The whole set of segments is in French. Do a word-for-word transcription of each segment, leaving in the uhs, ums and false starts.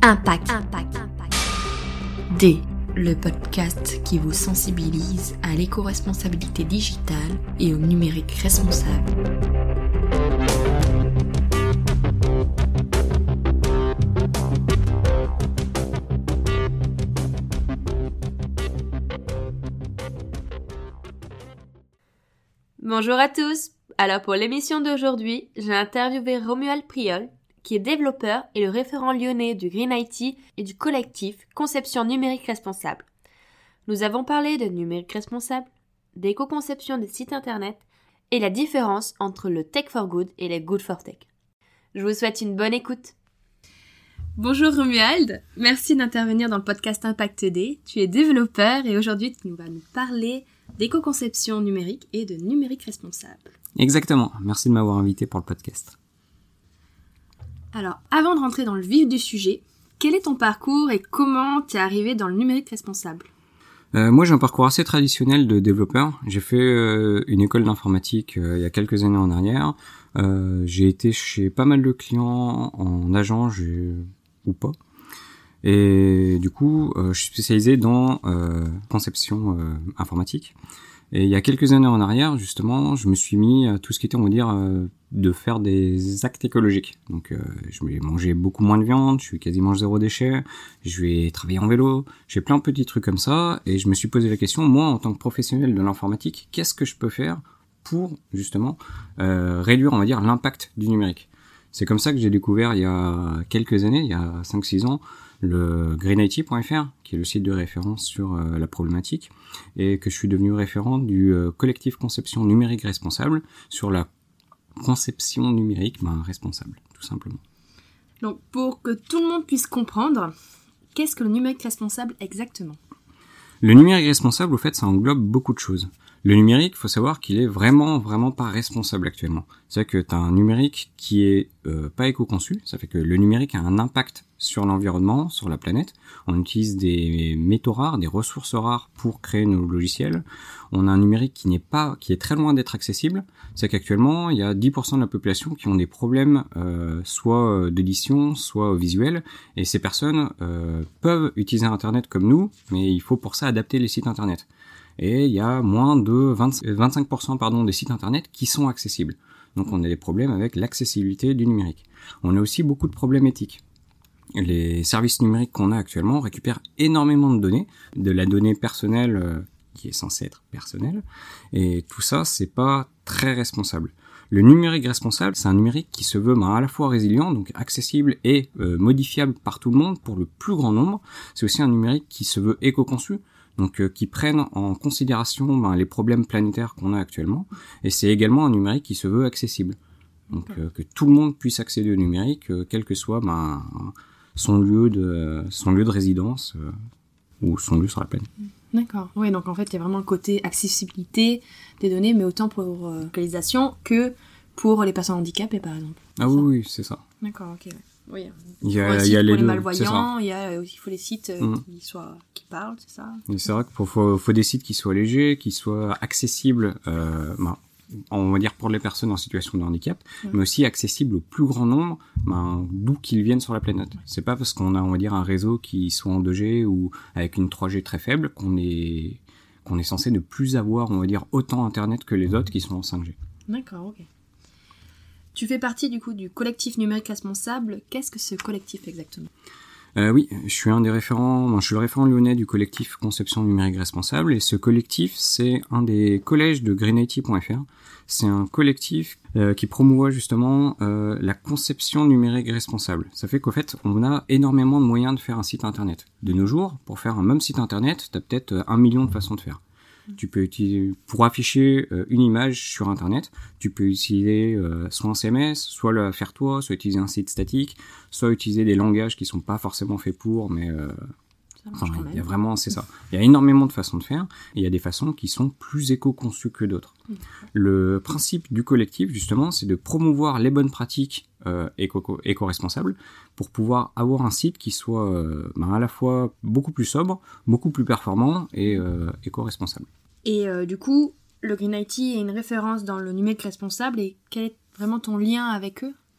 Impact. Impact. Impact. D. Le podcast qui vous sensibilise à l'éco-responsabilité digitale et au numérique responsable. Bonjour à tous. Alors pour l'émission d'aujourd'hui, j'ai interviewé Romuald Priol, qui est développeur et le référent lyonnais du Green I T et du collectif Conception Numérique Responsable. Nous avons parlé de numérique responsable, d'éco-conception des sites internet et la différence entre le Tech for Good et le Good for Tech. Je vous souhaite une bonne écoute. Bonjour Romuald, merci d'intervenir dans le podcast Impact D. Tu es développeur et aujourd'hui tu vas nous parler d'éco-conception numérique et de numérique responsable. Exactement, merci de m'avoir invité pour le podcast. Alors, avant de rentrer dans le vif du sujet, quel est ton parcours et comment tu es arrivé dans le numérique responsable ? euh, Moi, j'ai un parcours assez traditionnel de développeur. J'ai fait euh, une école d'informatique euh, il y a quelques années en arrière. Euh, j'ai été chez pas mal de clients en agent j'ai... ou pas. Et du coup, euh, je suis spécialisé dans euh, conception euh, informatique. Et il y a quelques années en arrière, justement, je me suis mis à tout ce qui était, on va dire, euh, de faire des actes écologiques. Donc, euh, je vais manger beaucoup moins de viande, je suis quasiment zéro déchet, je vais travailler en vélo, j'ai plein de petits trucs comme ça. Et je me suis posé la question, moi, en tant que professionnel de l'informatique, qu'est-ce que je peux faire pour, justement, euh, réduire, on va dire, l'impact du numérique ? C'est comme ça que j'ai découvert, il y a quelques années, il y a cinq six ans, le green I T point F R, qui est le site de référence sur euh, la problématique, et que je suis devenu référent du euh, collectif Conception Numérique Responsable sur la conception numérique ben, responsable, tout simplement. Donc, pour que tout le monde puisse comprendre, qu'est-ce que le numérique responsable exactement ? Le numérique responsable, au fait, ça englobe beaucoup de choses. Le numérique, faut savoir qu'il est vraiment, vraiment pas responsable actuellement. C'est-à-dire que tu as un numérique qui est euh, pas éco-conçu, ça fait que le numérique a un impact sur l'environnement, sur la planète. On utilise des métaux rares, des ressources rares pour créer nos logiciels. On a un numérique qui n'est pas, qui est très loin d'être accessible. C'est qu'actuellement, il y a dix pour cent de la population qui ont des problèmes, euh, soit d'édition, soit visuels. Et ces personnes euh, peuvent utiliser Internet comme nous, mais il faut pour ça adapter les sites Internet. Et il y a moins de vingt, vingt-cinq pour cent pardon, des sites Internet qui sont accessibles. Donc on a des problèmes avec l'accessibilité du numérique. On a aussi beaucoup de problèmes éthiques. Les services numériques qu'on a actuellement récupèrent énormément de données, de la donnée personnelle euh, qui est censée être personnelle, et tout ça, c'est pas très responsable. Le numérique responsable, c'est un numérique qui se veut ben, à la fois résilient, donc accessible et euh, modifiable par tout le monde pour le plus grand nombre. C'est aussi un numérique qui se veut éco-conçu, donc euh, qui prennent en considération ben, les problèmes planétaires qu'on a actuellement, et c'est également un numérique qui se veut accessible. Donc euh, que tout le monde puisse accéder au numérique, euh, quel que soit ben, son lieu de son lieu de résidence euh, ou son lieu sur la planète. D'accord. Oui, donc en fait, il y a vraiment le côté accessibilité des données, mais autant pour euh, localisation que pour les personnes handicapées, par exemple. Ah oui, oui, c'est ça. D'accord, ok. Ouais. Oui, il y a, aussi il y a pour les, les deux, malvoyants, il y a il faut les sites euh, mmh. qui soient qui parlent, c'est ça. Et c'est vrai qu'il faut, faut des sites qui soient légers, qui soient accessibles, euh, ben, on va dire pour les personnes en situation de handicap, mmh. mais aussi accessibles au plus grand nombre, ben, d'où qu'ils viennent sur la planète. C'est pas parce qu'on a, on va dire, un réseau qui soit en deux G ou avec une trois G très faible qu'on est qu'on est censé ne plus avoir, on va dire, autant Internet que les autres qui sont en cinq G. D'accord, ok. Tu fais partie du coup du collectif numérique responsable. Qu'est-ce que ce collectif exactement ? Euh, oui, je suis un des référents, bon, je suis le référent lyonnais du collectif Conception Numérique Responsable, et ce collectif, c'est un des collèges de green I T point F R. C'est un collectif euh, qui promouvoit justement euh, la conception numérique responsable. Ça fait qu'au fait, on a énormément de moyens de faire un site internet. De nos jours, pour faire un même site internet, t'as peut-être un million de façons de faire. Tu peux utiliser, pour afficher euh, une image sur Internet, tu peux utiliser euh, soit un C M S, soit le faire toi, soit utiliser un site statique, soit utiliser des langages qui sont pas forcément faits pour, mais euh, enfin, il y a vraiment, c'est ça. Il y a énormément de façons de faire, et il y a des façons qui sont plus éco-conçues que d'autres. Mmh. Le principe du collectif, justement, c'est de promouvoir les bonnes pratiques euh, éco- éco-responsables pour pouvoir avoir un site qui soit euh, ben, à la fois beaucoup plus sobre, beaucoup plus performant et euh, éco-responsable. Et euh, du coup, le Green I T est une référence dans le numérique responsable, et quel est vraiment ton lien avec eux ?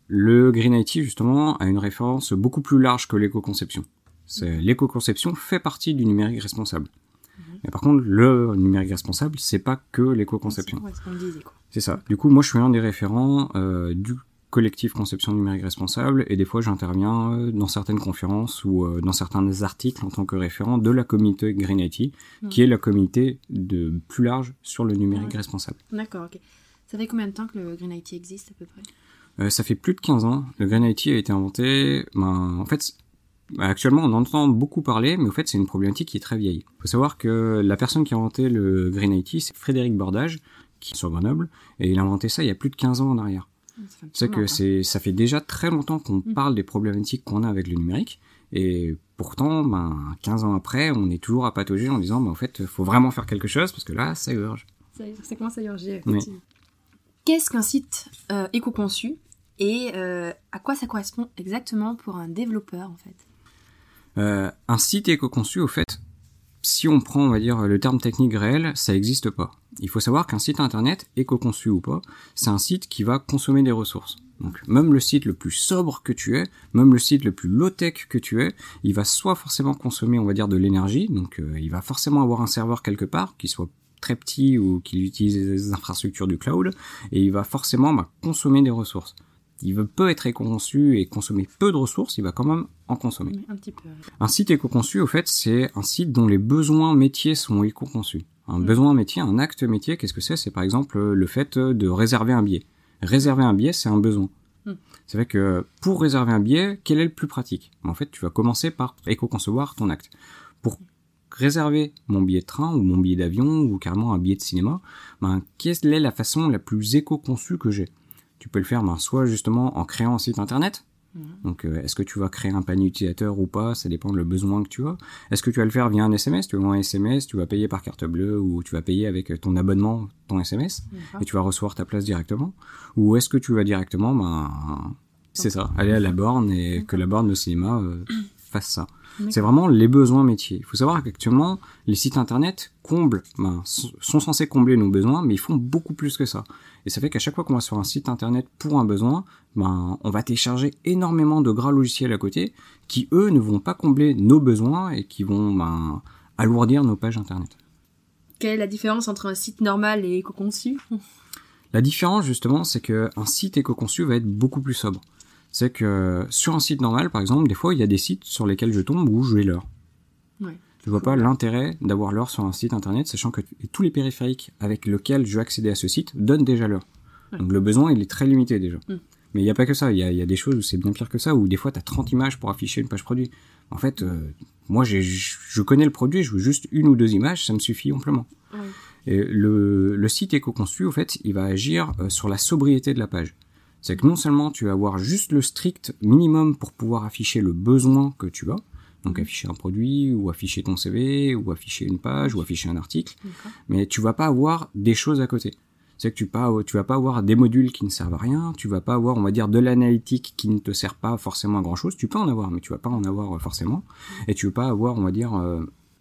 le Green I T, justement, a une référence beaucoup plus large que l'éco-conception. C'est, l'éco-conception fait partie du numérique responsable. Mmh. Mais par contre, le numérique responsable, c'est pas que l'éco-conception. C'est, ouais, c'est ce qu'on disait, quoi. C'est ça. Du coup, moi, je suis un des référents euh, du collectif Conception numérique responsable, et des fois, j'interviens euh, dans certaines conférences ou euh, dans certains articles en tant que référent de la communauté Green I T, mmh. qui est la communauté de plus large sur le numérique ouais. responsable. D'accord, ok. Ça fait combien de temps que le Green I T existe, à peu près ? euh, Ça fait plus de quinze ans. Le Green I T a été inventé... Ben, en fait, actuellement, on en entend beaucoup parler, mais au fait, c'est une problématique qui est très vieille. Il faut savoir que la personne qui a inventé le Green I T, c'est Frédéric Bordage, qui est sur Grenoble, et il a inventé ça il y a plus de quinze ans en arrière. C'est que c'est, ça fait déjà très longtemps qu'on mmh. parle des problématiques qu'on a avec le numérique, et pourtant, ben, quinze ans après, on est toujours à patauger en disant, ben, en fait, il faut vraiment faire quelque chose, parce que là, ça urge. Ça, ça commence à urger, effectivement. Oui. Qu'est-ce qu'un site euh, éco-conçu, et euh, à quoi ça correspond exactement pour un développeur, en fait ? euh, Un site éco-conçu, au fait, si on prend, on va dire, le terme technique réel, ça n'existe pas. Il faut savoir qu'un site internet, éco-conçu ou pas, c'est un site qui va consommer des ressources. Donc, même le site le plus sobre que tu es, même le site le plus low-tech que tu es, il va soit forcément consommer, on va dire, de l'énergie, donc euh, il va forcément avoir un serveur quelque part, qui soit très petit ou qui utilise les infrastructures du cloud, et il va forcément bah, consommer des ressources. Il peut être éco-conçu et consommer peu de ressources, il va quand même en consommer. Un petit peu. Un site éco-conçu, au fait, c'est un site dont les besoins métiers sont éco-conçus. Un mmh. besoin métier, un acte métier, qu'est-ce que c'est ? C'est par exemple le fait de réserver un billet. Réserver un billet, c'est un besoin. Mmh. C'est vrai que pour réserver un billet, quel est le plus pratique ? En fait, tu vas commencer par éco-concevoir ton acte. Pour réserver mon billet de train ou mon billet d'avion ou carrément un billet de cinéma, ben, quelle est la façon la plus éco-conçue que j'ai ? Tu peux le faire ben, soit justement en créant un site internet. Mmh. Donc euh, est-ce que tu vas créer un panier utilisateur ou pas ? Ça dépend le besoin que tu as. Est-ce que tu vas le faire via un S M S ? Tu vas un S M S, tu vas payer par carte bleue ou tu vas payer avec ton abonnement ton S M S mmh. et tu vas recevoir ta place directement ? Ou est-ce que tu vas directement, ben, c'est ça, aller à la borne et mmh. que la borne de cinéma euh, fasse ça. D'accord. C'est vraiment les besoins métiers. Il faut savoir qu'actuellement, les sites internet comblent, ben, sont censés combler nos besoins, mais ils font beaucoup plus que ça. Et ça fait qu'à chaque fois qu'on va sur un site internet pour un besoin, ben, on va télécharger énormément de gras logiciels à côté, qui eux ne vont pas combler nos besoins et qui vont ben, alourdir nos pages internet. Quelle est la différence entre un site normal et éco-conçu ? La différence justement, c'est qu'un site éco-conçu va être beaucoup plus sobre. C'est que sur un site normal, par exemple, des fois, il y a des sites sur lesquels je tombe où j'ai l'heure. Ouais, je vois pas l'intérêt d'avoir l'heure sur un site internet, sachant que tous les périphériques avec lesquels je vais accéder à ce site donnent déjà l'heure. Ouais. Donc le besoin, il est très limité déjà. Mm. Mais il n'y a pas que ça, il y a, il y a des choses où c'est bien pire que ça, où des fois, tu as trente images pour afficher une page produit. En fait, euh, moi, j'ai, je connais le produit, je veux juste une ou deux images, ça me suffit amplement. Ouais. Et le, le site éco-conçu, au fait, il va agir euh, sur la sobriété de la page. C'est que non seulement tu vas avoir juste le strict minimum pour pouvoir afficher le besoin que tu as, donc afficher un produit, ou afficher ton C V, ou afficher une page, ou afficher un article, d'accord. Mais tu vas pas avoir des choses à côté. C'est que tu, pas, tu vas pas avoir des modules qui ne servent à rien, tu vas pas avoir, on va dire, de l'analytique qui ne te sert pas forcément à grand chose, tu peux en avoir, mais tu vas pas en avoir forcément, et tu vas pas avoir, on va dire, euh,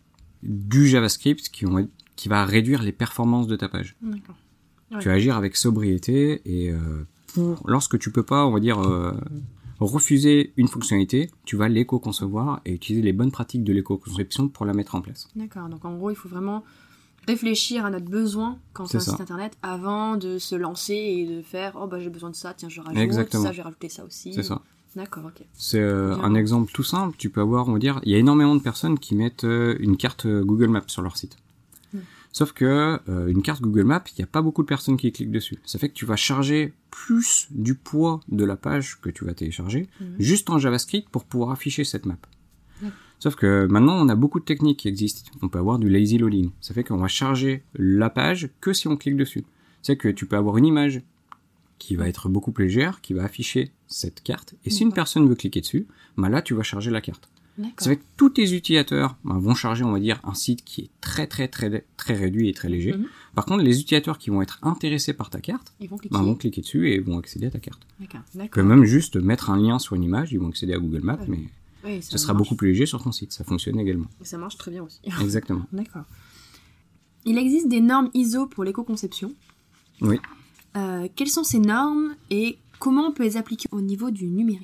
du JavaScript qui, on va, qui va réduire les performances de ta page. D'accord. Ouais. Tu vas agir avec sobriété, et euh, pour, lorsque tu peux pas, on va dire, euh, refuser une fonctionnalité, tu vas l'éco-concevoir et utiliser les bonnes pratiques de l'éco-conception pour la mettre en place. D'accord, donc en gros, il faut vraiment réfléchir à notre besoin quand c'est un site internet avant de se lancer et de faire « Oh, bah j'ai besoin de ça, tiens, je rajoute Exactement. ça, je vais rajouter ça aussi. » C'est ça. D'accord, ok. C'est euh, un exemple tout simple, tu peux avoir, on va dire, il y a énormément de personnes qui mettent euh, une carte Google Maps sur leur site. Mmh. Sauf que euh, une carte Google Maps, il n'y a pas beaucoup de personnes qui cliquent dessus. Ça fait que tu vas charger plus du poids de la page que tu vas télécharger, mmh. juste en JavaScript pour pouvoir afficher cette map. Mmh. Sauf que maintenant, on a beaucoup de techniques qui existent. On peut avoir du lazy loading. Ça fait qu'on va charger la page que si on clique dessus. C'est que tu peux avoir une image qui va être beaucoup plus légère, qui va afficher cette carte. Et si une personne veut cliquer dessus, bah là, tu vas charger la carte. D'accord. Ça fait que tous tes utilisateurs bah, vont charger, on va dire, un site qui est très très très très réduit et très léger. Mm-hmm. Par contre, les utilisateurs qui vont être intéressés par ta carte, ils vont cliquer, bah, vont cliquer dessus et vont accéder à ta carte. D'accord. D'accord. Que même juste mettre un lien sur une image, ils vont accéder à Google Maps, ouais. mais oui, ça, ça sera marche. Beaucoup plus léger sur ton site. Ça fonctionne également. Et ça marche très bien aussi. Exactement. D'accord. Il existe des normes I S O pour l'éco-conception. Oui. Euh, quelles sont ces normes et comment on peut les appliquer au niveau du numérique ?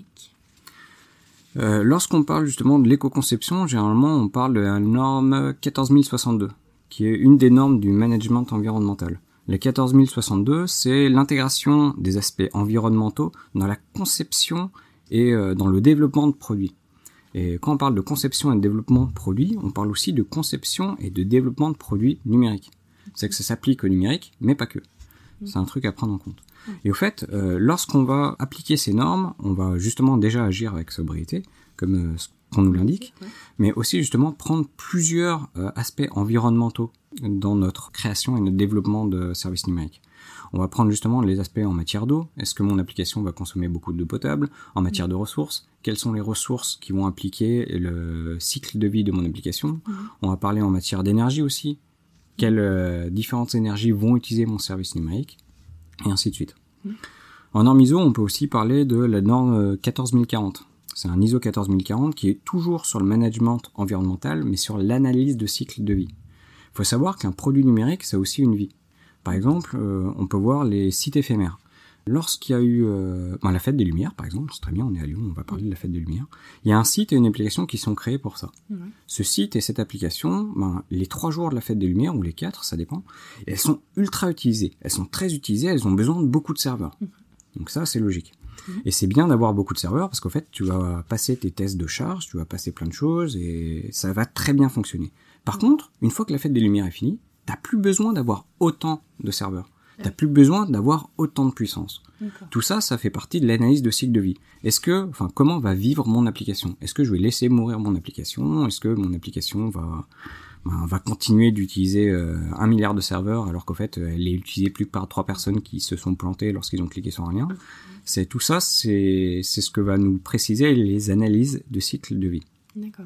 Euh, lorsqu'on parle justement de l'éco-conception, généralement on parle de la norme quatorze mille soixante-deux, qui est une des normes du management environnemental. La quatorze mille soixante-deux, c'est l'intégration des aspects environnementaux dans la conception et euh, dans le développement de produits. Et quand on parle de conception et de développement de produits, on parle aussi de conception et de développement de produits numériques. C'est que ça s'applique au numérique, mais pas que. C'est un truc à prendre en compte. Et au fait, euh, lorsqu'on va appliquer ces normes, on va justement déjà agir avec sobriété, comme euh, ce qu'on nous l'indique, mais aussi justement prendre plusieurs euh, aspects environnementaux dans notre création et notre développement de services numériques. On va prendre justement les aspects en matière d'eau. Est-ce que mon application va consommer beaucoup d'eau potable? En matière de ressources, quelles sont les ressources qui vont impliquer le cycle de vie de mon application? Mmh. On va parler en matière d'énergie aussi. Quelles euh, différentes énergies vont utiliser mon service numérique? Et ainsi de suite. Mmh. En norme I S O, on peut aussi parler de la norme quatorze mille quarante. C'est un I S O quatorze mille quarante qui est toujours sur le management environnemental, mais sur l'analyse de cycle de vie. Il faut savoir qu'un produit numérique, ça a aussi une vie. Par exemple, euh, on peut voir les sites éphémères. Lorsqu'il y a eu euh, ben, la fête des Lumières, par exemple, c'est très bien, on est à Lyon, on va parler de la fête des Lumières. Il y a un site et une application qui sont créés pour ça. Mmh. Ce site et cette application, ben, les trois jours de la fête des Lumières, ou les quatre, ça dépend, elles sont ultra utilisées. Elles sont très utilisées, elles ont besoin de beaucoup de serveurs. Mmh. Donc ça, c'est logique. Mmh. Et c'est bien d'avoir beaucoup de serveurs parce qu'en fait, tu vas passer tes tests de charge, tu vas passer plein de choses et ça va très bien fonctionner. Par mmh. contre, une fois que la fête des Lumières est finie, t'as plus besoin d'avoir autant de serveurs. T'as plus besoin d'avoir autant de puissance. D'accord. Tout ça, ça fait partie de l'analyse de cycle de vie. Est-ce que, enfin, comment va vivre mon application? Est-ce que je vais laisser mourir mon application? Est-ce que mon application va, ben, va continuer d'utiliser euh, un milliard de serveurs alors qu'en fait, elle est utilisée plus par trois personnes qui se sont plantées lorsqu'ils ont cliqué sur un lien? C'est tout ça, c'est c'est ce que va nous préciser les analyses de cycle de vie. D'accord.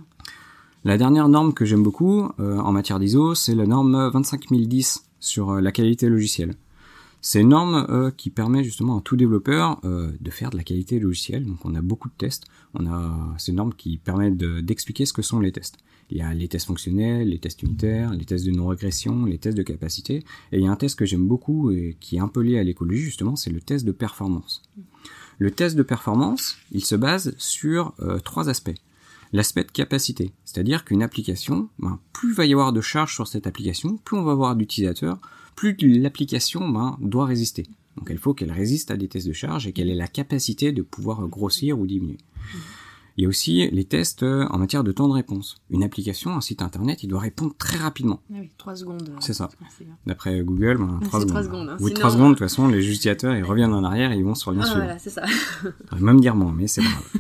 La dernière norme que j'aime beaucoup euh, en matière d'I S O, c'est la norme vingt-cinq mille dix sur euh, la qualité logicielle. C'est une norme euh, qui permet justement à tout développeur euh, de faire de la qualité logicielle. Donc on a beaucoup de tests. On a c'est une norme qui permet de, d'expliquer ce que sont les tests. Il y a les tests fonctionnels, les tests unitaires, les tests de non-régression, les tests de capacité. Et il y a un test que j'aime beaucoup et qui est un peu lié à l'écologie justement, c'est le test de performance. Le test de performance, il se base sur euh, trois aspects. L'aspect de capacité, c'est-à-dire qu'une application, ben, plus il va y avoir de charge sur cette application, plus on va avoir d'utilisateurs, plus l'application ben, doit résister. Donc il faut qu'elle résiste à des tests de charge et qu'elle ait la capacité de pouvoir grossir ou diminuer. Mmh. Il y a aussi les tests en matière de temps de réponse. Une application, un site internet, il doit répondre très rapidement. Ah oui, trois secondes. C'est ça. D'après Google, ben, trois secondes. trois secondes. Hein. Oui, Sinon... trois secondes, de toute façon, les utilisateurs, ils reviennent en arrière et ils vont sur le lien ah, suivant. Voilà, c'est ça. Même dire moins, mais c'est pas grave.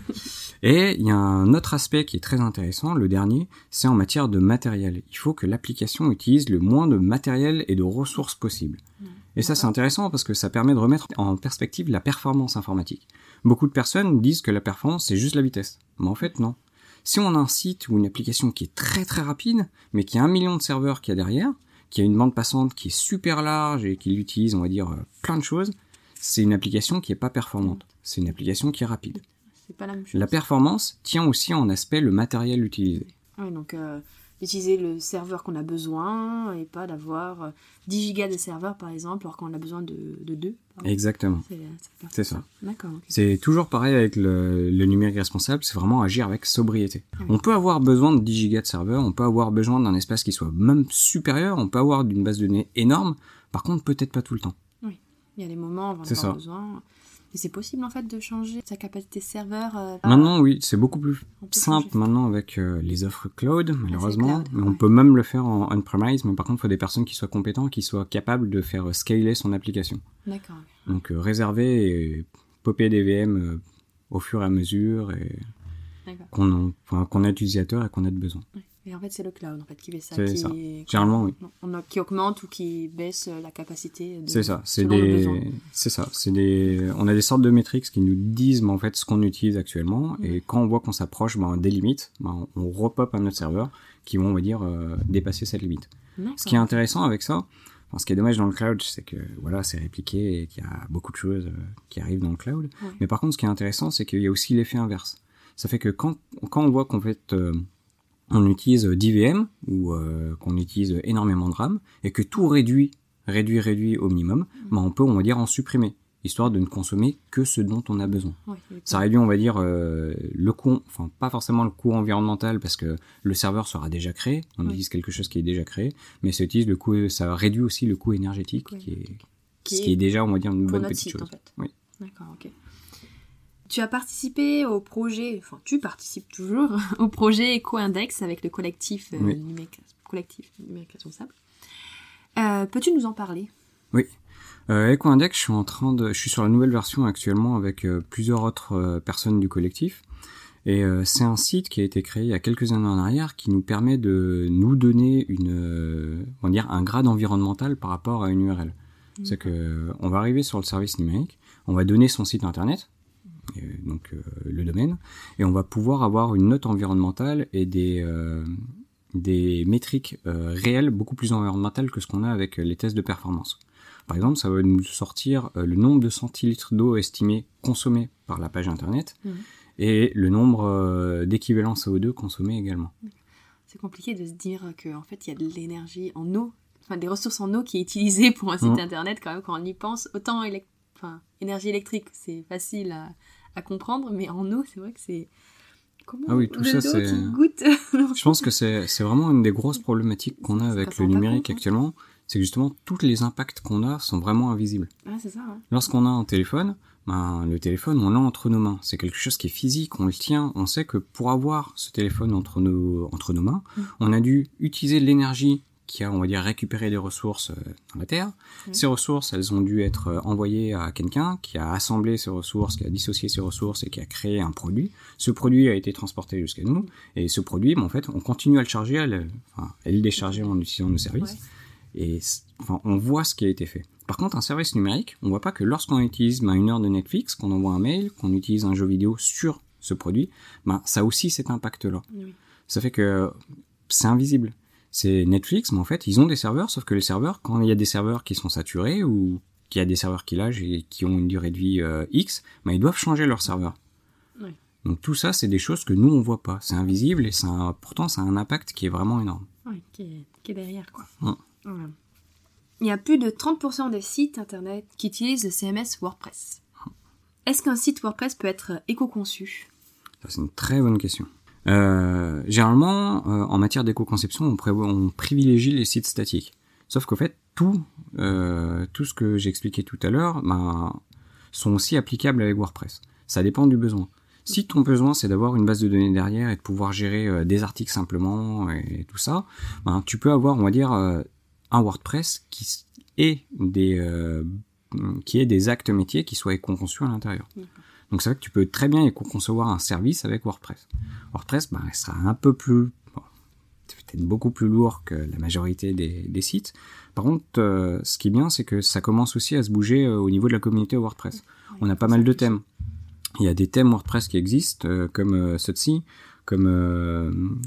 Et il y a un autre aspect qui est très intéressant, le dernier, c'est en matière de matériel. Il faut que l'application utilise le moins de matériel et de ressources possibles. Mmh. Et ça, c'est intéressant parce que ça permet de remettre en perspective la performance informatique. Beaucoup de personnes disent que la performance, c'est juste la vitesse. Mais en fait, non. Si on a un site ou une application qui est très très rapide, mais qui a un million de serveurs qu'il y a derrière, qui a une bande passante qui est super large et qui l'utilise, on va dire, plein de choses, c'est une application qui est pas performante. C'est une application qui est rapide. C'est pas la même chose. La performance tient aussi en aspect le matériel utilisé. Oui, donc euh, d'utiliser le serveur qu'on a besoin et pas d'avoir dix gigas de serveur par exemple alors qu'on a besoin de, de deux. Exactement. C'est, c'est, c'est ça. D'accord. Okay. C'est toujours pareil avec le, le numérique responsable, c'est vraiment agir avec sobriété. Oui. On peut avoir besoin de dix gigas de serveur, on peut avoir besoin d'un espace qui soit même supérieur, on peut avoir d'une base de données énorme, par contre peut-être pas tout le temps. Oui, il y a des moments où on va c'est avoir ça. besoin... Et c'est possible en fait de changer sa capacité serveur euh, Maintenant oui, c'est beaucoup plus simple changer. Maintenant avec euh, les offres cloud malheureusement, ah, cloud, mais ouais. On peut même le faire en on-premise, mais par contre il faut des personnes qui soient compétentes, qui soient capables de faire scaler son application. D'accord. Donc euh, réserver et popper des V M euh, au fur et à mesure et qu'on, enfin, qu'on a d'utilisateurs et qu'on a de besoin. Ouais. Et en fait, c'est le cloud en fait, qui fait ça. C'est qui, ça. Qui, Généralement, oui. On a, qui augmente ou qui baisse la capacité de... C'est ça. C'est des... C'est ça. C'est des... On a des sortes de métriques qui nous disent en fait, ce qu'on utilise actuellement. Mmh. Et quand on voit qu'on s'approche ben, des limites, ben, on repop à notre serveur qui vont, on va dire, euh, dépasser cette limite. D'accord. Ce qui est intéressant avec ça, enfin, ce qui est dommage dans le cloud, c'est que voilà, c'est répliqué et qu'il y a beaucoup de choses euh, qui arrivent dans le cloud. Ouais. Mais par contre, ce qui est intéressant, c'est qu'il y a aussi l'effet inverse. Ça fait que quand, quand on voit qu'en fait... Euh, on utilise dix V M ou euh, qu'on utilise énormément de RAM et que tout réduit, réduit, réduit au minimum, mmh. ben on peut, on va dire, en supprimer histoire de ne consommer que ce dont on a besoin. Oui, ça réduit, on va dire, euh, le coût, enfin pas forcément le coût environnemental parce que le serveur sera déjà créé, on oui. utilise quelque chose qui est déjà créé, mais ça utilise le coût, ça réduit aussi le coût énergétique, oui. qui est, qui ce est qui est déjà, on va dire, une bonne petite site, chose. En fait. Oui. D'accord, ok. Tu as participé au projet, enfin tu participes toujours au projet Eco-Index avec le collectif euh, oui. numérique, collectif numérique responsable. Euh, peux-tu nous en parler ? Oui. Euh, Eco-Index, je suis en train de, je suis sur la nouvelle version actuellement avec euh, plusieurs autres euh, personnes du collectif. Et euh, c'est un site qui a été créé il y a quelques années en arrière qui nous permet de nous donner une, euh, on va dire un grade environnemental par rapport à une U R L. Mmh. C'est que on va arriver sur le service numérique, on va donner son site internet. Euh, donc euh, le domaine, et on va pouvoir avoir une note environnementale et des, euh, des métriques euh, réelles beaucoup plus environnementales que ce qu'on a avec les tests de performance. Par exemple, ça va nous sortir euh, le nombre de centilitres d'eau estimé consommé par la page internet mmh. et le nombre euh, d'équivalents C O deux consommés également. C'est compliqué de se dire qu'en fait il y a de l'énergie en eau, enfin des ressources en eau qui est utilisée pour un site mmh. internet quand même quand on y pense, autant élect- enfin, énergie électrique c'est facile à à comprendre, mais en eau, c'est vrai que c'est... Comment ah oui, tout ça, c'est... Qui goûte Je pense que c'est, c'est vraiment une des grosses problématiques qu'on a avec le numérique compte, actuellement, hein. C'est que justement, tous les impacts qu'on a sont vraiment invisibles. Ah, c'est ça, ouais. Lorsqu'on a un téléphone, ben, le téléphone, on l'a entre nos mains. C'est quelque chose qui est physique, on le tient. On sait que pour avoir ce téléphone entre nos, entre nos mains, mmh. on a dû utiliser l'énergie qui a, on va dire, récupéré des ressources dans la Terre. Mmh. Ces ressources, elles ont dû être envoyées à quelqu'un qui a assemblé ces ressources, qui a dissocié ces ressources et qui a créé un produit. Ce produit a été transporté jusqu'à nous, et ce produit, ben, en fait, on continue à le charger, à le, enfin, à le décharger en utilisant nos services. Ouais. Et enfin, on voit ce qui a été fait. Par contre, un service numérique, on voit pas que lorsqu'on utilise ben, une heure de Netflix, qu'on envoie un mail, qu'on utilise un jeu vidéo sur ce produit, ben, ça a aussi cet impact-là. Oui. Ça fait que c'est invisible. C'est Netflix, mais en fait, ils ont des serveurs, sauf que les serveurs, quand il y a des serveurs qui sont saturés ou qu'il y a des serveurs qui lâchent et qui ont une durée de vie euh, X, ben, ils doivent changer leur serveur. Oui. Donc tout ça, c'est des choses que nous, on voit pas. C'est invisible et ça a, pourtant, ça a un impact qui est vraiment énorme. Oui, qui est, qui est derrière, quoi. Hum. Voilà. Il y a plus de trente pour cent des sites internet qui utilisent le C M S WordPress. Est-ce qu'un site WordPress peut être éco-conçu ? Ça, c'est une très bonne question. Euh, généralement, euh, en matière d'éco-conception, on, prévoit, on privilégie les sites statiques. Sauf qu'en fait, tout, euh, tout ce que j'ai expliqué tout à l'heure, ben, sont aussi applicables avec WordPress. Ça dépend du besoin. Si ton besoin, c'est d'avoir une base de données derrière et de pouvoir gérer euh, des articles simplement et tout ça, ben, tu peux avoir, on va dire, euh, un WordPress qui ait des, euh, qui ait des actes métiers qui soient éco-conçus à l'intérieur. D'accord. Donc c'est vrai que tu peux très bien éco-concevoir un service avec WordPress. WordPress, bah, il sera un peu plus, bon, peut-être beaucoup plus lourd que la majorité des, des sites. Par contre, euh, ce qui est bien, c'est que ça commence aussi à se bouger euh, au niveau de la communauté WordPress. Oui, on a pas mal de thèmes. Il y a des thèmes WordPress qui existent, euh, comme euh, Sotsi, comme euh,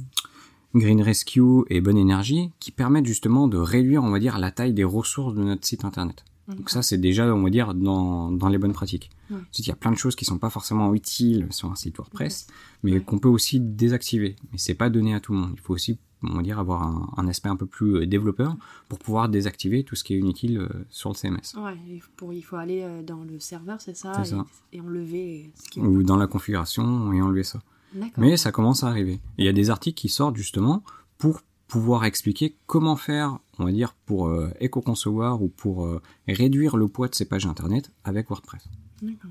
Green Rescue et Bonne Énergie, qui permettent justement de réduire, on va dire, la taille des ressources de notre site internet. Donc ça, c'est déjà, on va dire, dans, dans les bonnes pratiques. Ouais. Ensuite, il y a plein de choses qui sont pas forcément utiles sur un site WordPress, ouais. mais ouais. qu'on peut aussi désactiver. Mais c'est pas donné à tout le monde. Il faut aussi, on va dire, avoir un, un aspect un peu plus développeur pour pouvoir désactiver tout ce qui est inutile euh, sur le C M S. Ouais, il faut, il faut aller euh, dans le serveur, c'est ça, c'est et, ça. et enlever ce qui est... Ou dans la configuration et enlever ça. D'accord. Mais ça commence à arriver. Et il y a des articles qui sortent justement pour pouvoir expliquer comment faire, on va dire, pour euh, éco-concevoir ou pour euh, réduire le poids de ces pages internet avec WordPress. D'accord.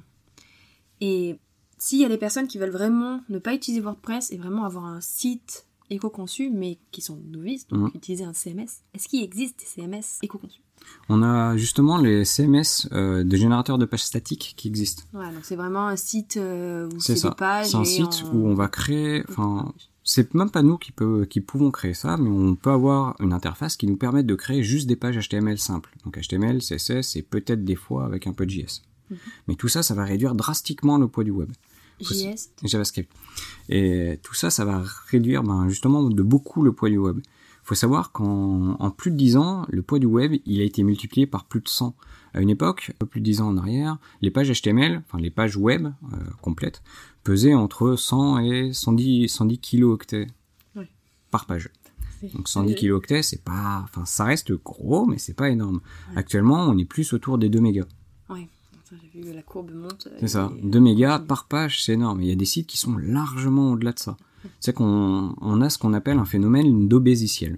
Et s'il y a des personnes qui veulent vraiment ne pas utiliser WordPress et vraiment avoir un site éco-conçu, mais qui sont novices, donc mmh. utiliser un C M S, est-ce qu'il existe des C M S éco-conçus ? On a justement les C M S euh, de générateurs de pages statiques qui existent. Ouais, donc c'est vraiment un site euh, où c'est, c'est ça. des pages. C'est un site en... où on va créer... Enfin, c'est même pas nous qui, peut, qui pouvons créer ça, mais on peut avoir une interface qui nous permet de créer juste des pages H T M L simples. Donc H T M L, C S S et peut-être des fois avec un peu de J S. Mm-hmm. Mais tout ça, ça va réduire drastiquement le poids du web. J S JavaScript. Et tout ça, ça va réduire ben, justement de beaucoup le poids du web. Il faut savoir qu'en en plus de dix ans, le poids du web, il a été multiplié par plus de cent. À une époque, un peu plus de dix ans en arrière, les pages H T M L, enfin les pages web euh, complètes, pesaient entre cent et cent dix, cent dix kilooctets oui. par page. C'est... Donc cent dix kilooctets, c'est pas, enfin ça reste gros, mais c'est pas énorme. Ouais. Actuellement, on est plus autour des deux mégas. Oui. J'ai vu la courbe monte. C'est ça. deux mégas par page, c'est énorme. Il y a des sites qui sont largement au-delà de ça. C'est qu'on on a ce qu'on appelle un phénomène d'obésiciel.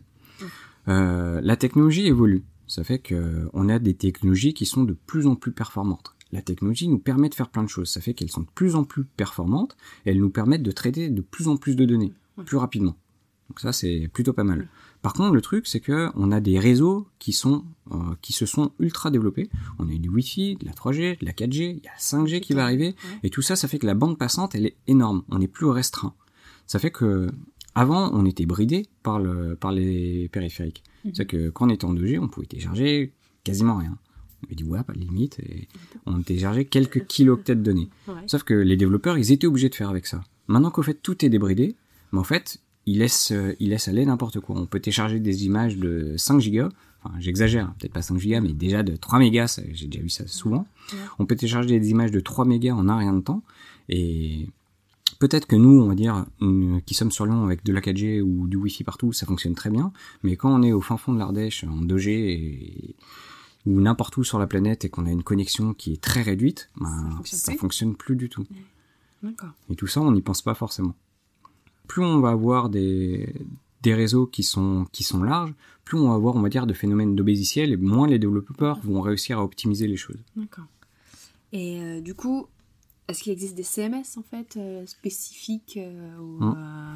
Euh, la technologie évolue. Ça fait que on a des technologies qui sont de plus en plus performantes. La technologie nous permet de faire plein de choses. Ça fait qu'elles sont de plus en plus performantes et elles nous permettent de traiter de plus en plus de données, plus rapidement. Donc ça, c'est plutôt pas mal. Par contre, le truc, c'est que on a des réseaux qui sont euh, qui se sont ultra développés. On a eu du Wi-Fi, de la trois G, de la quatre G, il y a la cinq G qui va arriver. Et tout ça, ça fait que la bande passante, elle est énorme. On n'est plus restreint. Ça fait que avant, on était bridé par le par les périphériques. Mm-hmm. C'est que quand on était en deux G, on pouvait télécharger quasiment rien. On avait dit ouais, pas de limite, et on téléchargeait quelques kilooctets de données. Ouais. Sauf que les développeurs, ils étaient obligés de faire avec ça. Maintenant qu'au fait tout est débridé, mais en fait, ils laissent, ils laissent aller n'importe quoi. On peut télécharger des images de cinq gigas, enfin j'exagère, peut-être pas cinq gigas, mais déjà de trois mégas, ça, j'ai déjà vu ça souvent. Ouais. On peut télécharger des images de trois mégas en un rien de temps, et peut-être que nous, on va dire, qui sommes sur Lyon avec de la quatre G ou du Wi-Fi partout, ça fonctionne très bien, mais quand on est au fin fond de l'Ardèche en deux G et ou n'importe où sur la planète et qu'on a une connexion qui est très réduite, ben, ça fonctionne, ça fonctionne plus du tout. D'accord. Et tout ça, on n'y pense pas forcément. Plus on va avoir des, des réseaux qui sont, qui sont larges, plus on va avoir, on va dire, de phénomènes d'obésiciel et moins les développeurs vont réussir à optimiser les choses. D'accord. Et euh, du coup, est-ce qu'il existe des C M S, en fait, euh, spécifiques euh, ou, hum. euh...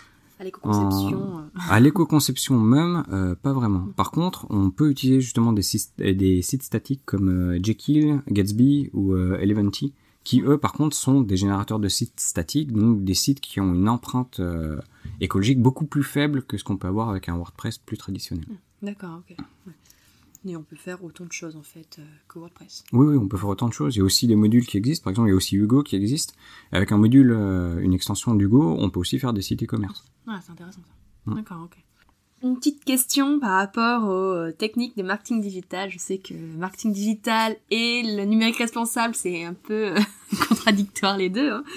À l'éco-conception. Euh, à l'éco-conception même, euh, pas vraiment. Par contre, on peut utiliser justement des sites, des sites statiques comme euh, Jekyll, Gatsby ou euh, Eleventy, qui eux, par contre, sont des générateurs de sites statiques, donc des sites qui ont une empreinte euh, écologique beaucoup plus faible que ce qu'on peut avoir avec un WordPress plus traditionnel. D'accord, ok. Ouais. Et on peut faire autant de choses en fait euh, que WordPress. Oui, oui, on peut faire autant de choses. Il y a aussi des modules qui existent. Par exemple, il y a aussi Hugo qui existe. Avec un module, euh, une extension d'Hugo, on peut aussi faire des sites e-commerce. Ah, c'est intéressant ça. Mmh. D'accord, ok. Une petite question par rapport aux euh, techniques de marketing digital. Je sais que marketing digital et le numérique responsable, c'est un peu euh, contradictoire les deux. Hein.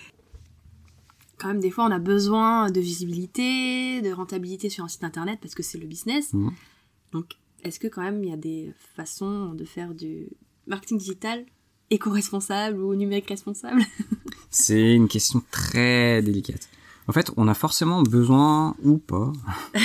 Quand même, des fois, on a besoin de visibilité, de rentabilité sur un site internet parce que c'est le business. Mmh. Donc, est-ce que quand même il y a des façons de faire du marketing digital éco-responsable ou numérique responsable? C'est une question très délicate. En fait, on a forcément besoin, ou pas,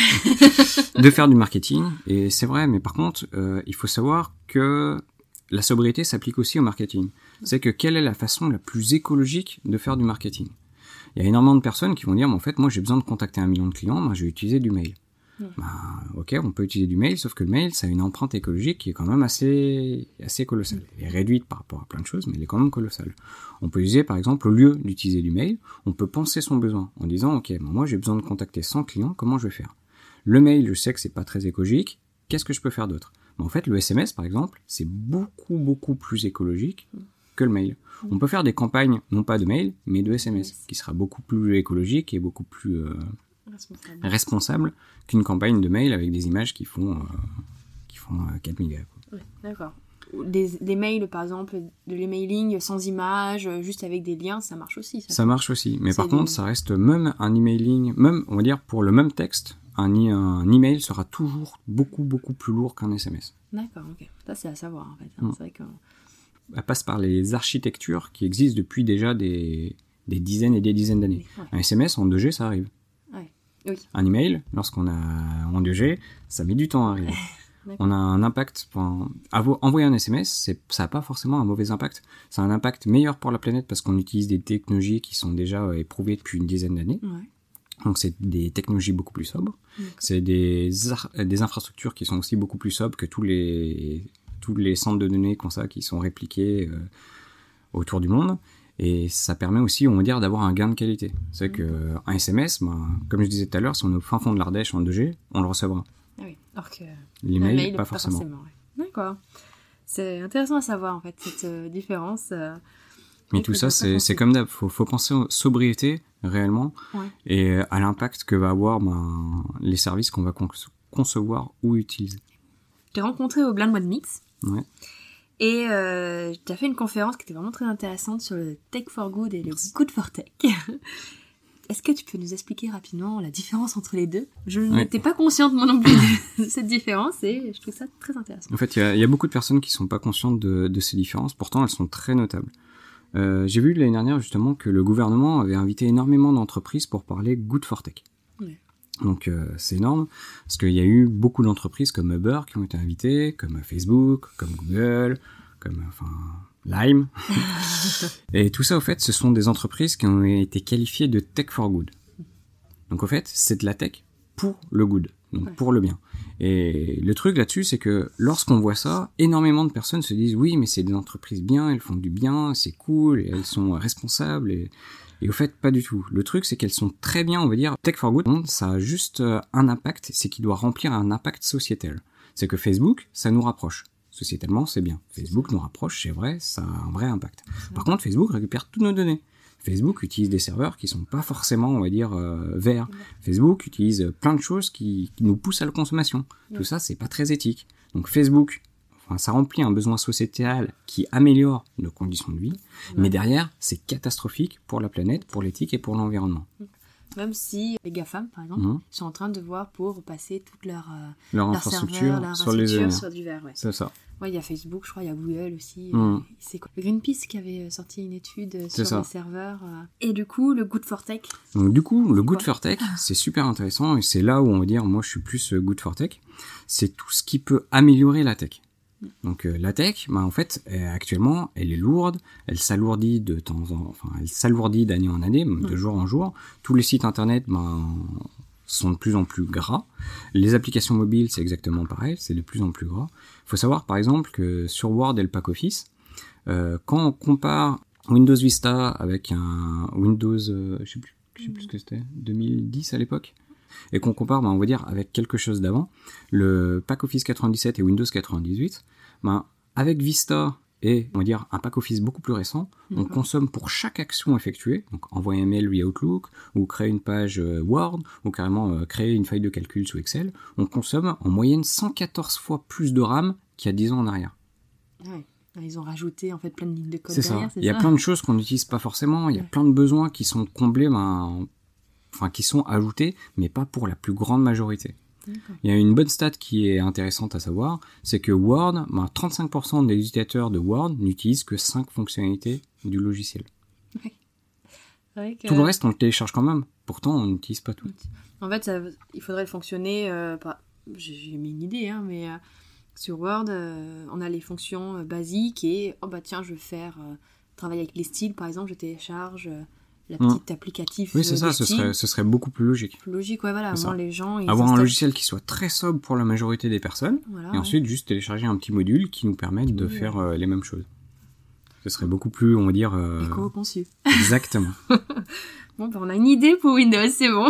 de faire du marketing, et c'est vrai, mais par contre, euh, il faut savoir que la sobriété s'applique aussi au marketing. C'est que quelle est la façon la plus écologique de faire du marketing? Il y a énormément de personnes qui vont dire, mais en fait, moi j'ai besoin de contacter un million de clients, moi je vais utiliser du mail. Mmh. Bah, ok, on peut utiliser du mail, sauf que le mail, ça a une empreinte écologique qui est quand même assez, assez colossale. Elle est réduite par rapport à plein de choses, mais elle est quand même colossale. On peut utiliser, par exemple, au lieu d'utiliser du mail, on peut penser son besoin en disant, ok, bon, moi j'ai besoin de contacter cent clients, comment je vais faire? Le mail, je sais que c'est pas très écologique, qu'est-ce que je peux faire d'autre? Bah, en fait, le S M S, par exemple, c'est beaucoup, beaucoup plus écologique que le mail. Mmh. On peut faire des campagnes, non pas de mail, mais de S M S, qui sera beaucoup plus écologique et beaucoup plus... Euh, Responsable. responsable qu'une campagne de mail avec des images qui font, euh, qui font euh, quatre mégas. Oui, d'accord. Des, des mails, par exemple, de l'emailing sans images, juste avec des liens, ça marche aussi. Ça, ça marche aussi, mais par contre, des... ça reste même un emailing, même, on va dire, pour le même texte, un, un email sera toujours beaucoup, beaucoup plus lourd qu'un S M S. D'accord, ok. Ça, c'est à savoir, en fait. Hein. Mmh. C'est vrai que... Elle passe par les architectures qui existent depuis déjà des, des dizaines et des dizaines d'années. Ouais. Un S M S en deux G, ça arrive. Oui. Un email, lorsqu'on a en deux G, ça met du temps à arriver. On a un impact, pour un... envoyer un S M S, c'est... ça n'a pas forcément un mauvais impact. Ça a un impact meilleur pour la planète parce qu'on utilise des technologies qui sont déjà éprouvées depuis une dizaine d'années. Ouais. Donc c'est des technologies beaucoup plus sobres. D'accord. C'est des, ar... des infrastructures qui sont aussi beaucoup plus sobres que tous les, tous les centres de données comme ça, qui sont répliqués euh, autour du monde. Et ça permet aussi, on va dire, d'avoir un gain de qualité. C'est mmh. qu'un S M S, ben, comme je disais tout à l'heure, si on est au fin fond de l'Ardèche en deux G, on le recevra. Ah oui, alors que l'email, mail, pas, pas forcément. forcément ouais. D'accord. C'est intéressant à savoir, en fait, cette euh, différence. Euh, Mais tout ça, c'est, c'est comme d'hab. Faut, faut penser aux sobriété, réellement, ouais. et à l'impact que va avoir ben, les services qu'on va con- concevoir ou utiliser. Je t'ai rencontré au Blind One Mix. Ouais. Et euh, tu as fait une conférence qui était vraiment très intéressante sur le Tech for Good et le Good for Tech. Est-ce que tu peux nous expliquer rapidement la différence entre les deux ? Je ouais. n'étais pas consciente moi non plus de cette différence et je trouve ça très intéressant. En fait, il y, y a beaucoup de personnes qui sont pas conscientes de, de ces différences, pourtant elles sont très notables. Euh, j'ai vu l'année dernière justement que le gouvernement avait invité énormément d'entreprises pour parler Good for Tech. Ouais. Donc euh, c'est énorme, parce qu'il y a eu beaucoup d'entreprises comme Uber qui ont été invitées, comme Facebook, comme Google, comme enfin Lime. Et tout ça, au fait, ce sont des entreprises qui ont été qualifiées de Tech for Good. Donc au fait, c'est de la tech pour le good, donc ouais. pour le bien. Et le truc là-dessus, c'est que lorsqu'on voit ça, énormément de personnes se disent oui, mais c'est des entreprises bien, elles font du bien, c'est cool, et elles sont responsables. Et, et au fait, pas du tout. Le truc, c'est qu'elles sont très bien, on va dire, Tech for Good. Ça a juste un impact, c'est qu'il doit remplir un impact sociétal. C'est que Facebook, ça nous rapproche. Sociétalement, c'est bien. Facebook nous rapproche, c'est vrai, ça a un vrai impact. Par contre, Facebook récupère toutes nos données. Facebook utilise des serveurs qui sont pas forcément, on va dire, euh, verts. Facebook utilise plein de choses qui, qui nous poussent à la consommation. Tout ça, c'est pas très éthique. Donc Facebook, enfin, ça remplit un besoin sociétal qui améliore nos conditions de vie, ouais. mais derrière, c'est catastrophique pour la planète, pour l'éthique et pour l'environnement. Même si les GAFAM, par exemple, mmh. sont en train de voir pour passer toute leur, euh, leur, leur infrastructure, serveur, leur sur, les énergies. sur du verre. Ouais. C'est ça. Ouais, il y a Facebook, je crois, il y a Google aussi. Mmh. Euh, c'est quoi ? Le Greenpeace qui avait sorti une étude c'est sur ça. les serveurs. Euh... Et du coup, le Good for Tech. Donc du coup, le Good for Tech, c'est super intéressant et c'est là où on va dire, moi je suis plus Good for Tech. C'est tout ce qui peut améliorer la tech. Donc euh, la tech, bah, en fait, elle, actuellement, elle est lourde, elle s'alourdit de temps en, enfin, elle s'alourdit d'année en année, de jour en jour. Tous les sites internet, bah, sont de plus en plus gras. Les applications mobiles, c'est exactement pareil, c'est de plus en plus gras. Il faut savoir, par exemple, que sur Word et le pack Office, euh, quand on compare Windows Vista avec un Windows, euh, je sais plus, je sais plus ce que c'était, deux mille dix à l'époque, et qu'on compare, ben, on va dire, avec quelque chose d'avant, le pack Office quatre-vingt-dix-sept et Windows quatre-vingt-dix-huit, ben, avec Vista et, on va dire, un pack Office beaucoup plus récent, on mmh. consomme pour chaque action effectuée, donc envoyer un mail via Outlook, ou créer une page euh, Word, ou carrément euh, créer une feuille de calcul sous Excel, on consomme en moyenne cent quatorze fois plus de RAM qu'il y a dix ans en arrière. Ouais. Ils ont rajouté en fait plein de lignes de code c'est derrière, ça. c'est Il y a ça plein de choses qu'on n'utilise pas forcément, il y a ouais. plein de besoins qui sont comblés, ben, enfin qui sont ajoutés, mais pas pour la plus grande majorité. D'accord. Il y a une bonne stat qui est intéressante à savoir, c'est que Word, ben, trente-cinq pour cent des utilisateurs de Word n'utilisent que cinq fonctionnalités du logiciel. Oui. Que... Tout le reste, on le télécharge quand même. Pourtant, on n'utilise pas tout. En fait, ça, il faudrait le fonctionner... Euh, par... J'ai, j'ai mis une idée, hein, mais... Euh... Sur Word, euh, on a les fonctions euh, basiques et oh bah tiens, je veux faire euh, travailler avec les styles, par exemple, je télécharge euh, la petite mmh. applicatif. Oui, c'est euh, ça, ce serait, ce serait beaucoup plus logique. Plus logique, ouais, voilà. Moi, les gens. Ils avoir installent... un logiciel qui soit très sobre pour la majorité des personnes, voilà, et ouais. ensuite juste télécharger un petit module qui nous permette de oui, faire ouais. euh, les mêmes choses. Ce serait beaucoup plus, on va dire. Euh... éco-conçu. Exactement. Bon, bah, on a une idée pour Windows, c'est bon.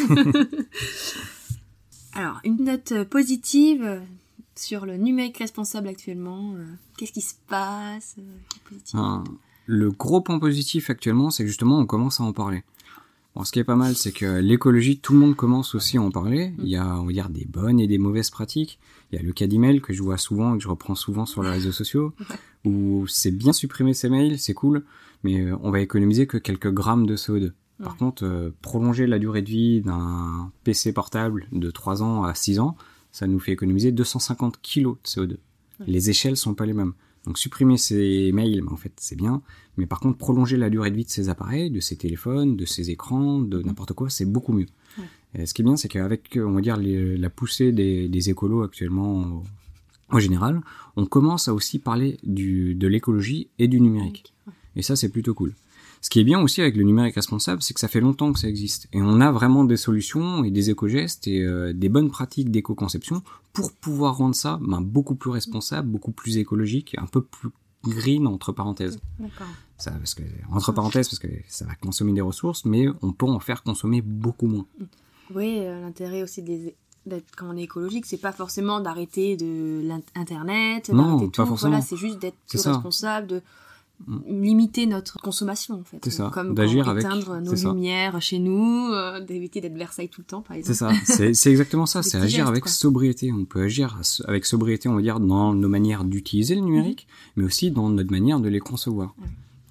Alors, une note positive. Sur le numérique responsable actuellement, euh, qu'est-ce qui se passe euh, ah, le gros point positif actuellement, c'est que justement on commence à en parler. Bon, ce qui est pas mal, c'est que l'écologie, tout le monde commence aussi à en parler. Mmh. Il y a, on va dire, des bonnes et des mauvaises pratiques. Il y a le cas d'email que je vois souvent et que je reprends souvent sur les réseaux sociaux, où c'est bien supprimer ces mails, c'est cool, mais on va économiser que quelques grammes de C O deux. Par ouais. contre, euh, prolonger la durée de vie d'un P C portable de trois ans à six ans, ça nous fait économiser deux cent cinquante kilos de C O deux. Ouais. Les échelles sont pas les mêmes. Donc supprimer ces mails, ben, en fait, c'est bien. Mais par contre, prolonger la durée de vie de ces appareils, de ces téléphones, de ces écrans, de n'importe quoi, c'est beaucoup mieux. Ouais. Et ce qui est bien, c'est qu'avec, on va dire, les, la poussée des, des écolos actuellement, en général, on commence à aussi parler du, de l'écologie et du numérique. Ouais. Et ça, c'est plutôt cool. Ce qui est bien aussi avec le numérique responsable, c'est que ça fait longtemps que ça existe. Et on a vraiment des solutions et des éco-gestes et euh, des bonnes pratiques d'éco-conception pour pouvoir rendre ça ben, beaucoup plus responsable, beaucoup plus écologique, un peu plus green, entre parenthèses. D'accord. Ça, parce que, entre parenthèses, parce que ça va consommer des ressources, mais on peut en faire consommer beaucoup moins. Oui, euh, l'intérêt aussi des... d'être, quand on est écologique, c'est pas forcément d'arrêter de l'internet, non, d'arrêter pas tout. Forcément. Voilà, c'est juste d'être plus c'est responsable, de limiter notre consommation, en fait. C'est ça. Comme d'agir éteindre avec... nos c'est lumières ça. Chez nous, euh, d'éviter d'être Versailles tout le temps, par exemple. C'est ça. C'est, c'est exactement ça. Des c'est agir gestes, avec quoi. sobriété. On peut agir avec sobriété, on va dire, dans nos manières d'utiliser le numérique, mmh. mais aussi dans notre manière de les concevoir. Mmh.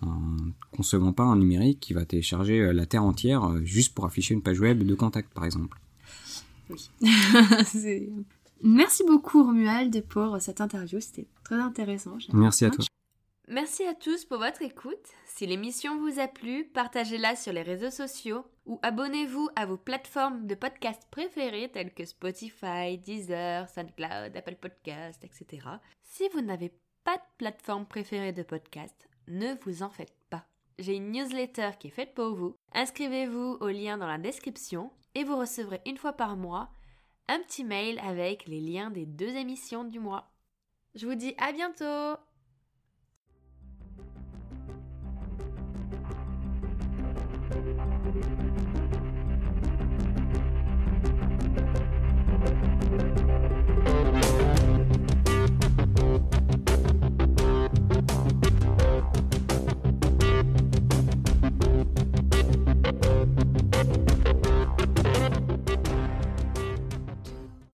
en concevant pas un numérique qui va télécharger la Terre entière juste pour afficher une page web de contact, par exemple. Oui. C'est... Merci beaucoup Romuald pour cette interview, c'était très intéressant. Merci à toi. Merci à tous pour votre écoute. Si l'émission vous a plu, partagez-la sur les réseaux sociaux ou abonnez-vous à vos plateformes de podcast préférées telles que Spotify, Deezer, SoundCloud, Apple Podcasts, et cetera. Si vous n'avez pas de plateforme préférée de podcast, ne vous en faites pas. J'ai une newsletter qui est faite pour vous. Inscrivez-vous au lien dans la description et vous recevrez une fois par mois un petit mail avec les liens des deux émissions du mois. Je vous dis à bientôt! Thank you.